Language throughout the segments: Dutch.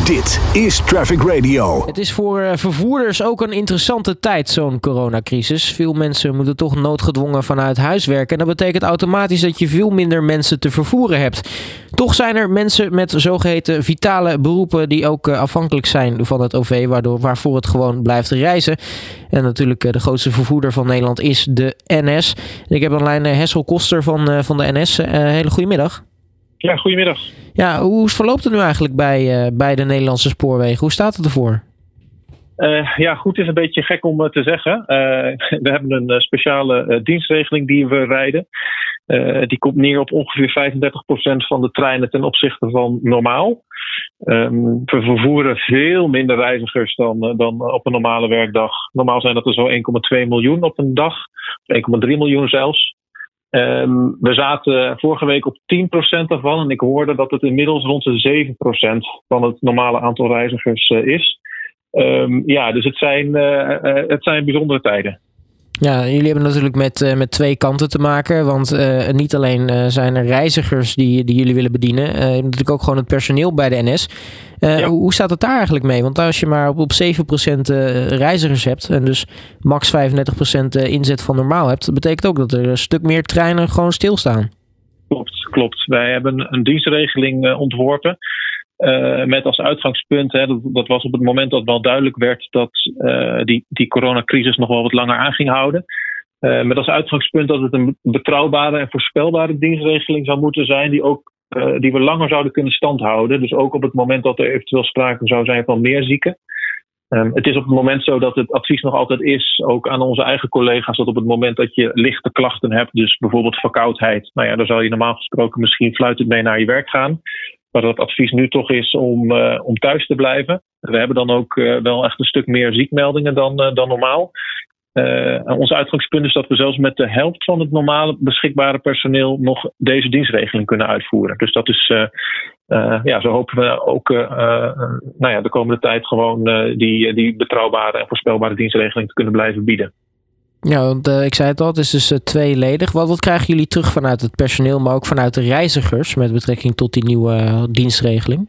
Dit is Traffic Radio. Het is voor vervoerders ook een interessante tijd, zo'n coronacrisis. Veel mensen moeten toch noodgedwongen vanuit huis werken. En dat betekent automatisch dat je veel minder mensen te vervoeren hebt. Toch zijn er mensen met zogeheten vitale beroepen die ook afhankelijk zijn van het OV, waarvoor het gewoon blijft reizen. En natuurlijk de grootste vervoerder van Nederland is de NS. En ik heb online Hessel Koster van de NS. Hele goedemiddag. Ja, goedemiddag. Ja, hoe verloopt het nu eigenlijk bij de Nederlandse spoorwegen? Hoe staat het ervoor? Goed, het is een beetje gek om te zeggen. We hebben een speciale dienstregeling die we rijden. Die komt neer op ongeveer 35% van de treinen ten opzichte van normaal. We vervoeren veel minder reizigers dan op een normale werkdag. Normaal zijn dat er zo 1,2 miljoen op een dag. 1,3 miljoen zelfs. We zaten vorige week op 10% daarvan. En ik hoorde dat het inmiddels rond de 7% van het normale aantal reizigers is. Dus het zijn bijzondere tijden. Ja, jullie hebben natuurlijk met twee kanten te maken. Want niet alleen zijn er reizigers die jullie willen bedienen. Je hebt natuurlijk ook gewoon het personeel bij de NS. Hoe staat het daar eigenlijk mee? Want als je maar op 7% reizigers hebt en dus max 35% inzet van normaal hebt, dat betekent ook dat er een stuk meer treinen gewoon stilstaan. Klopt. Wij hebben een dienstregeling ontworpen. Met als uitgangspunt, dat was op het moment dat wel duidelijk werd dat die coronacrisis nog wel wat langer aan ging houden. Met als uitgangspunt dat het een betrouwbare en voorspelbare dienstregeling zou moeten zijn die we langer zouden kunnen standhouden. Dus ook op het moment dat er eventueel sprake zou zijn van meer zieken. Het is op het moment zo dat het advies nog altijd is, ook aan onze eigen collega's, dat op het moment dat je lichte klachten hebt, dus bijvoorbeeld verkoudheid, dan zou je normaal gesproken misschien fluitend mee naar je werk gaan. Maar dat het advies nu toch is om thuis te blijven. We hebben dan ook wel echt een stuk meer ziekmeldingen dan normaal. Ons uitgangspunt is dat we zelfs met de helft van het normale beschikbare personeel nog deze dienstregeling kunnen uitvoeren. Dus dat is, zo hopen we ook de komende tijd gewoon die betrouwbare en voorspelbare dienstregeling te kunnen blijven bieden. Ja, want ik zei het al, het is dus tweeledig. Wat krijgen jullie terug vanuit het personeel, maar ook vanuit de reizigers met betrekking tot die nieuwe dienstregeling?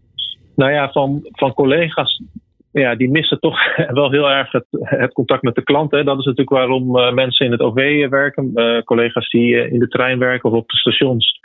Van collega's, die missen toch wel heel erg het contact met de klant. Hè. Dat is natuurlijk waarom mensen in het OV werken. Collega's die in de trein werken of op de stations.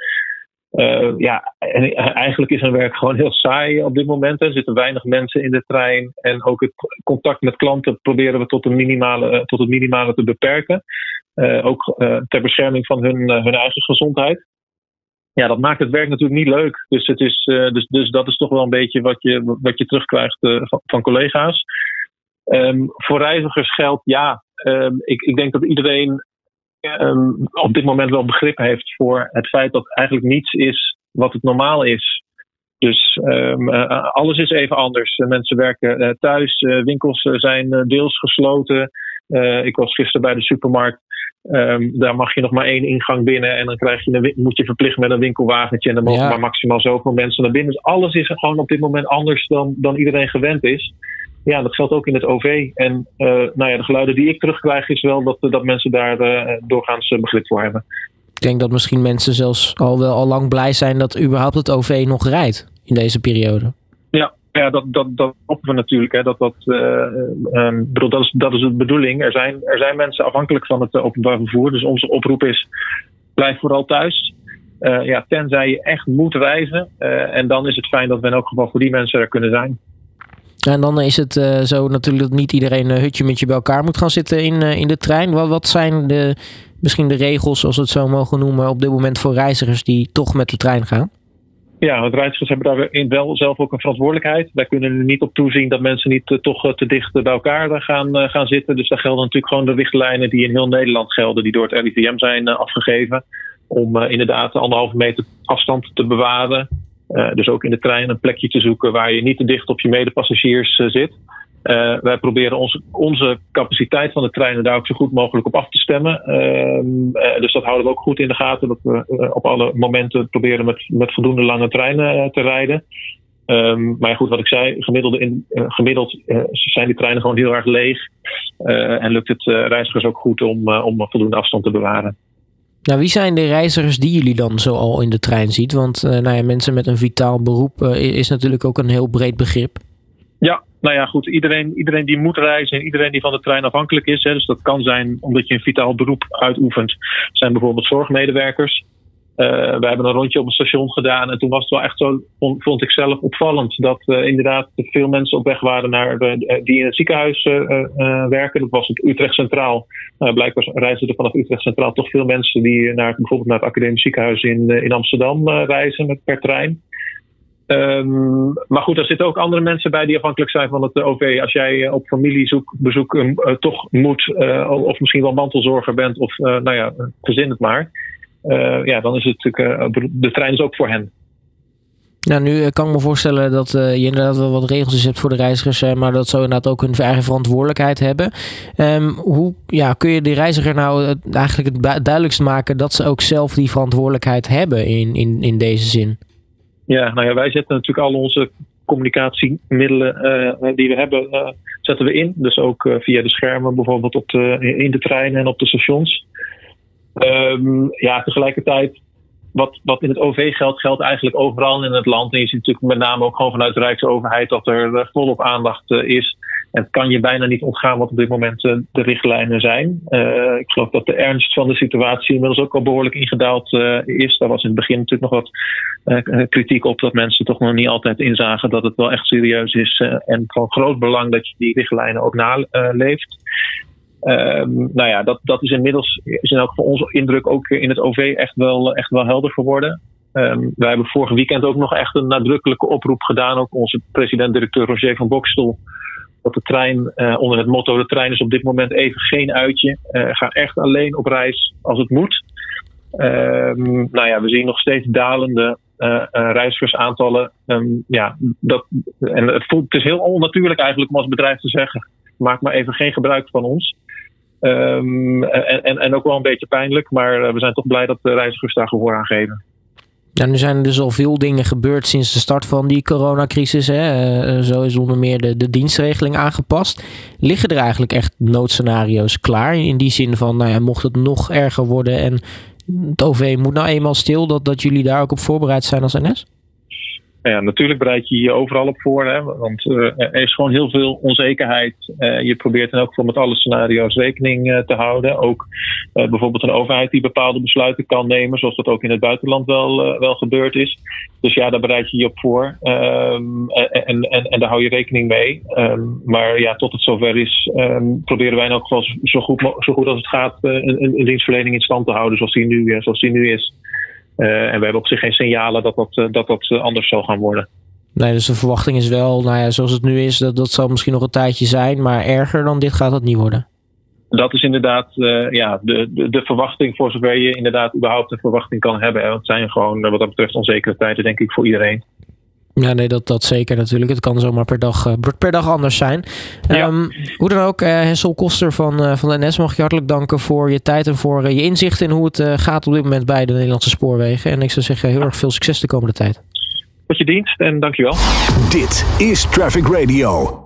Eigenlijk is hun werk gewoon heel saai op dit moment. Er zitten weinig mensen in de trein. En ook het contact met klanten proberen we tot het minimale te beperken. Ook ter bescherming van hun eigen gezondheid. Ja, dat maakt het werk natuurlijk niet leuk. Dus dat is toch wel een beetje wat je terugkrijgt van collega's. Voor reizigers geldt, ik denk dat iedereen op dit moment wel begrip heeft voor het feit dat eigenlijk niets is wat het normaal is. Dus alles is even anders. Mensen werken thuis, winkels zijn deels gesloten. Ik was gisteren bij de supermarkt. Daar mag je nog maar 1 ingang binnen en dan moet je verplicht met een winkelwagentje en dan mogen maar maximaal zoveel mensen naar binnen. Dus alles is gewoon op dit moment anders dan iedereen gewend is. Ja, dat geldt ook in het OV. En de geluiden die ik terugkrijg is wel dat mensen daar doorgaans begrip voor hebben. Ik denk dat misschien mensen zelfs al lang blij zijn dat überhaupt het OV nog rijdt in deze periode. Ja, dat hopen we natuurlijk. Hè. Dat is de bedoeling. Er zijn mensen afhankelijk van het openbaar vervoer. Dus onze oproep is, blijf vooral thuis. Tenzij je echt moet reizen. En dan is het fijn dat we in elk geval voor die mensen er kunnen zijn. En dan is het zo natuurlijk dat niet iedereen hutje met je bij elkaar moet gaan zitten in de trein. Wat zijn misschien de regels, als we het zo mogen noemen, op dit moment voor reizigers die toch met de trein gaan? Ja, want reizigers hebben daarin wel zelf ook een verantwoordelijkheid. Wij kunnen er niet op toezien dat mensen niet toch te dicht bij elkaar gaan zitten. Dus daar gelden natuurlijk gewoon de richtlijnen die in heel Nederland gelden, die door het RIVM zijn afgegeven. Om inderdaad 1,5 meter afstand te bewaren. Dus ook in de trein een plekje te zoeken waar je niet te dicht op je medepassagiers zit. Wij proberen onze capaciteit van de treinen daar ook zo goed mogelijk op af te stemmen. Dus dat houden we ook goed in de gaten. Dat we op alle momenten proberen met voldoende lange treinen te rijden. Maar goed, wat ik zei, gemiddeld zijn die treinen gewoon heel erg leeg. En lukt het reizigers ook goed om voldoende afstand te bewaren. Nou, wie zijn de reizigers die jullie dan zo al in de trein ziet? Want mensen met een vitaal beroep is natuurlijk ook een heel breed begrip. Ja, nou ja, goed. Iedereen die moet reizen en iedereen die van de trein afhankelijk is. Hè, dus dat kan zijn omdat je een vitaal beroep uitoefent. Zijn bijvoorbeeld zorgmedewerkers. We hebben een rondje op een station gedaan. En toen was het wel echt zo, vond ik zelf opvallend. Dat inderdaad veel mensen op weg waren naar die in het ziekenhuis werken. Dat was het Utrecht Centraal. Blijkbaar reizen er vanaf Utrecht Centraal toch veel mensen die bijvoorbeeld naar het Academisch Ziekenhuis in Amsterdam reizen per trein. Maar goed, er zitten ook andere mensen bij die afhankelijk zijn van het OV. Als jij op familiebezoek toch moet, of misschien wel mantelzorger bent, of verzin het maar. Dan is het natuurlijk, de trein is ook voor hen. Nou, nu kan ik me voorstellen dat je inderdaad wel wat regeltjes hebt voor de reizigers, maar dat ze inderdaad ook hun eigen verantwoordelijkheid hebben. Hoe kun je de reiziger nou eigenlijk het duidelijkst maken dat ze ook zelf die verantwoordelijkheid hebben in deze zin? Ja, wij zetten natuurlijk al onze communicatiemiddelen die we hebben, zetten we in. Dus ook via de schermen bijvoorbeeld in de treinen en op de stations. Tegelijkertijd, wat in het OV geldt eigenlijk overal in het land. En je ziet natuurlijk met name ook gewoon vanuit de Rijksoverheid dat er volop aandacht is. En het kan je bijna niet ontgaan wat op dit moment de richtlijnen zijn. Ik geloof dat de ernst van de situatie inmiddels ook al behoorlijk ingedaald is. Daar was in het begin natuurlijk nog wat kritiek op dat mensen toch nog niet altijd inzagen dat het wel echt serieus is. En van groot belang dat je die richtlijnen ook naleeft. Dat is inmiddels, is in elk geval onze indruk ook in het OV echt wel helder geworden. Wij hebben vorig weekend ook nog echt een nadrukkelijke oproep gedaan. Ook onze president-directeur Roger van Bokstel. Dat de trein, onder het motto de trein is op dit moment even geen uitje. Ga echt alleen op reis als het moet. We zien nog steeds dalende reizigersaantallen. Het is heel onnatuurlijk eigenlijk om als bedrijf te zeggen, maak maar even geen gebruik van ons. En ook wel een beetje pijnlijk, maar we zijn toch blij dat de reizigers daar gehoor aan geven. Ja, nu zijn er dus al veel dingen gebeurd sinds de start van die coronacrisis. Zo is onder meer de dienstregeling aangepast. Liggen er eigenlijk echt noodscenario's klaar? In die zin van, mocht het nog erger worden en het OV moet nou eenmaal stil, dat jullie daar ook op voorbereid zijn als NS? Ja, natuurlijk bereid je je overal op voor, hè, want er is gewoon heel veel onzekerheid. Je probeert in elk geval met alle scenario's rekening te houden. Ook bijvoorbeeld een overheid die bepaalde besluiten kan nemen, zoals dat ook in het buitenland wel gebeurd is. Dus ja, daar bereid je je op voor en daar hou je rekening mee. Maar tot het zover is, proberen wij in elk geval zo goed als het gaat een dienstverlening in stand te houden zoals die nu is. En we hebben op zich geen signalen dat anders zal gaan worden. Nee, dus de verwachting is wel, zoals het nu is, dat zal misschien nog een tijdje zijn, maar erger dan dit gaat dat niet worden. Dat is inderdaad de verwachting, voor zover je inderdaad überhaupt een verwachting kan hebben. Want het zijn gewoon wat dat betreft onzekere tijden, denk ik, voor iedereen. Ja, nee, dat zeker natuurlijk. Het kan zomaar per dag anders zijn. Ja. Hoe dan ook, Hessel Koster van de NS, mag ik je hartelijk danken voor je tijd en voor je inzicht in hoe het gaat op dit moment bij de Nederlandse spoorwegen. En ik zou zeggen, heel erg veel succes de komende tijd. Tot je dienst en dankjewel. Dit is Traffic Radio.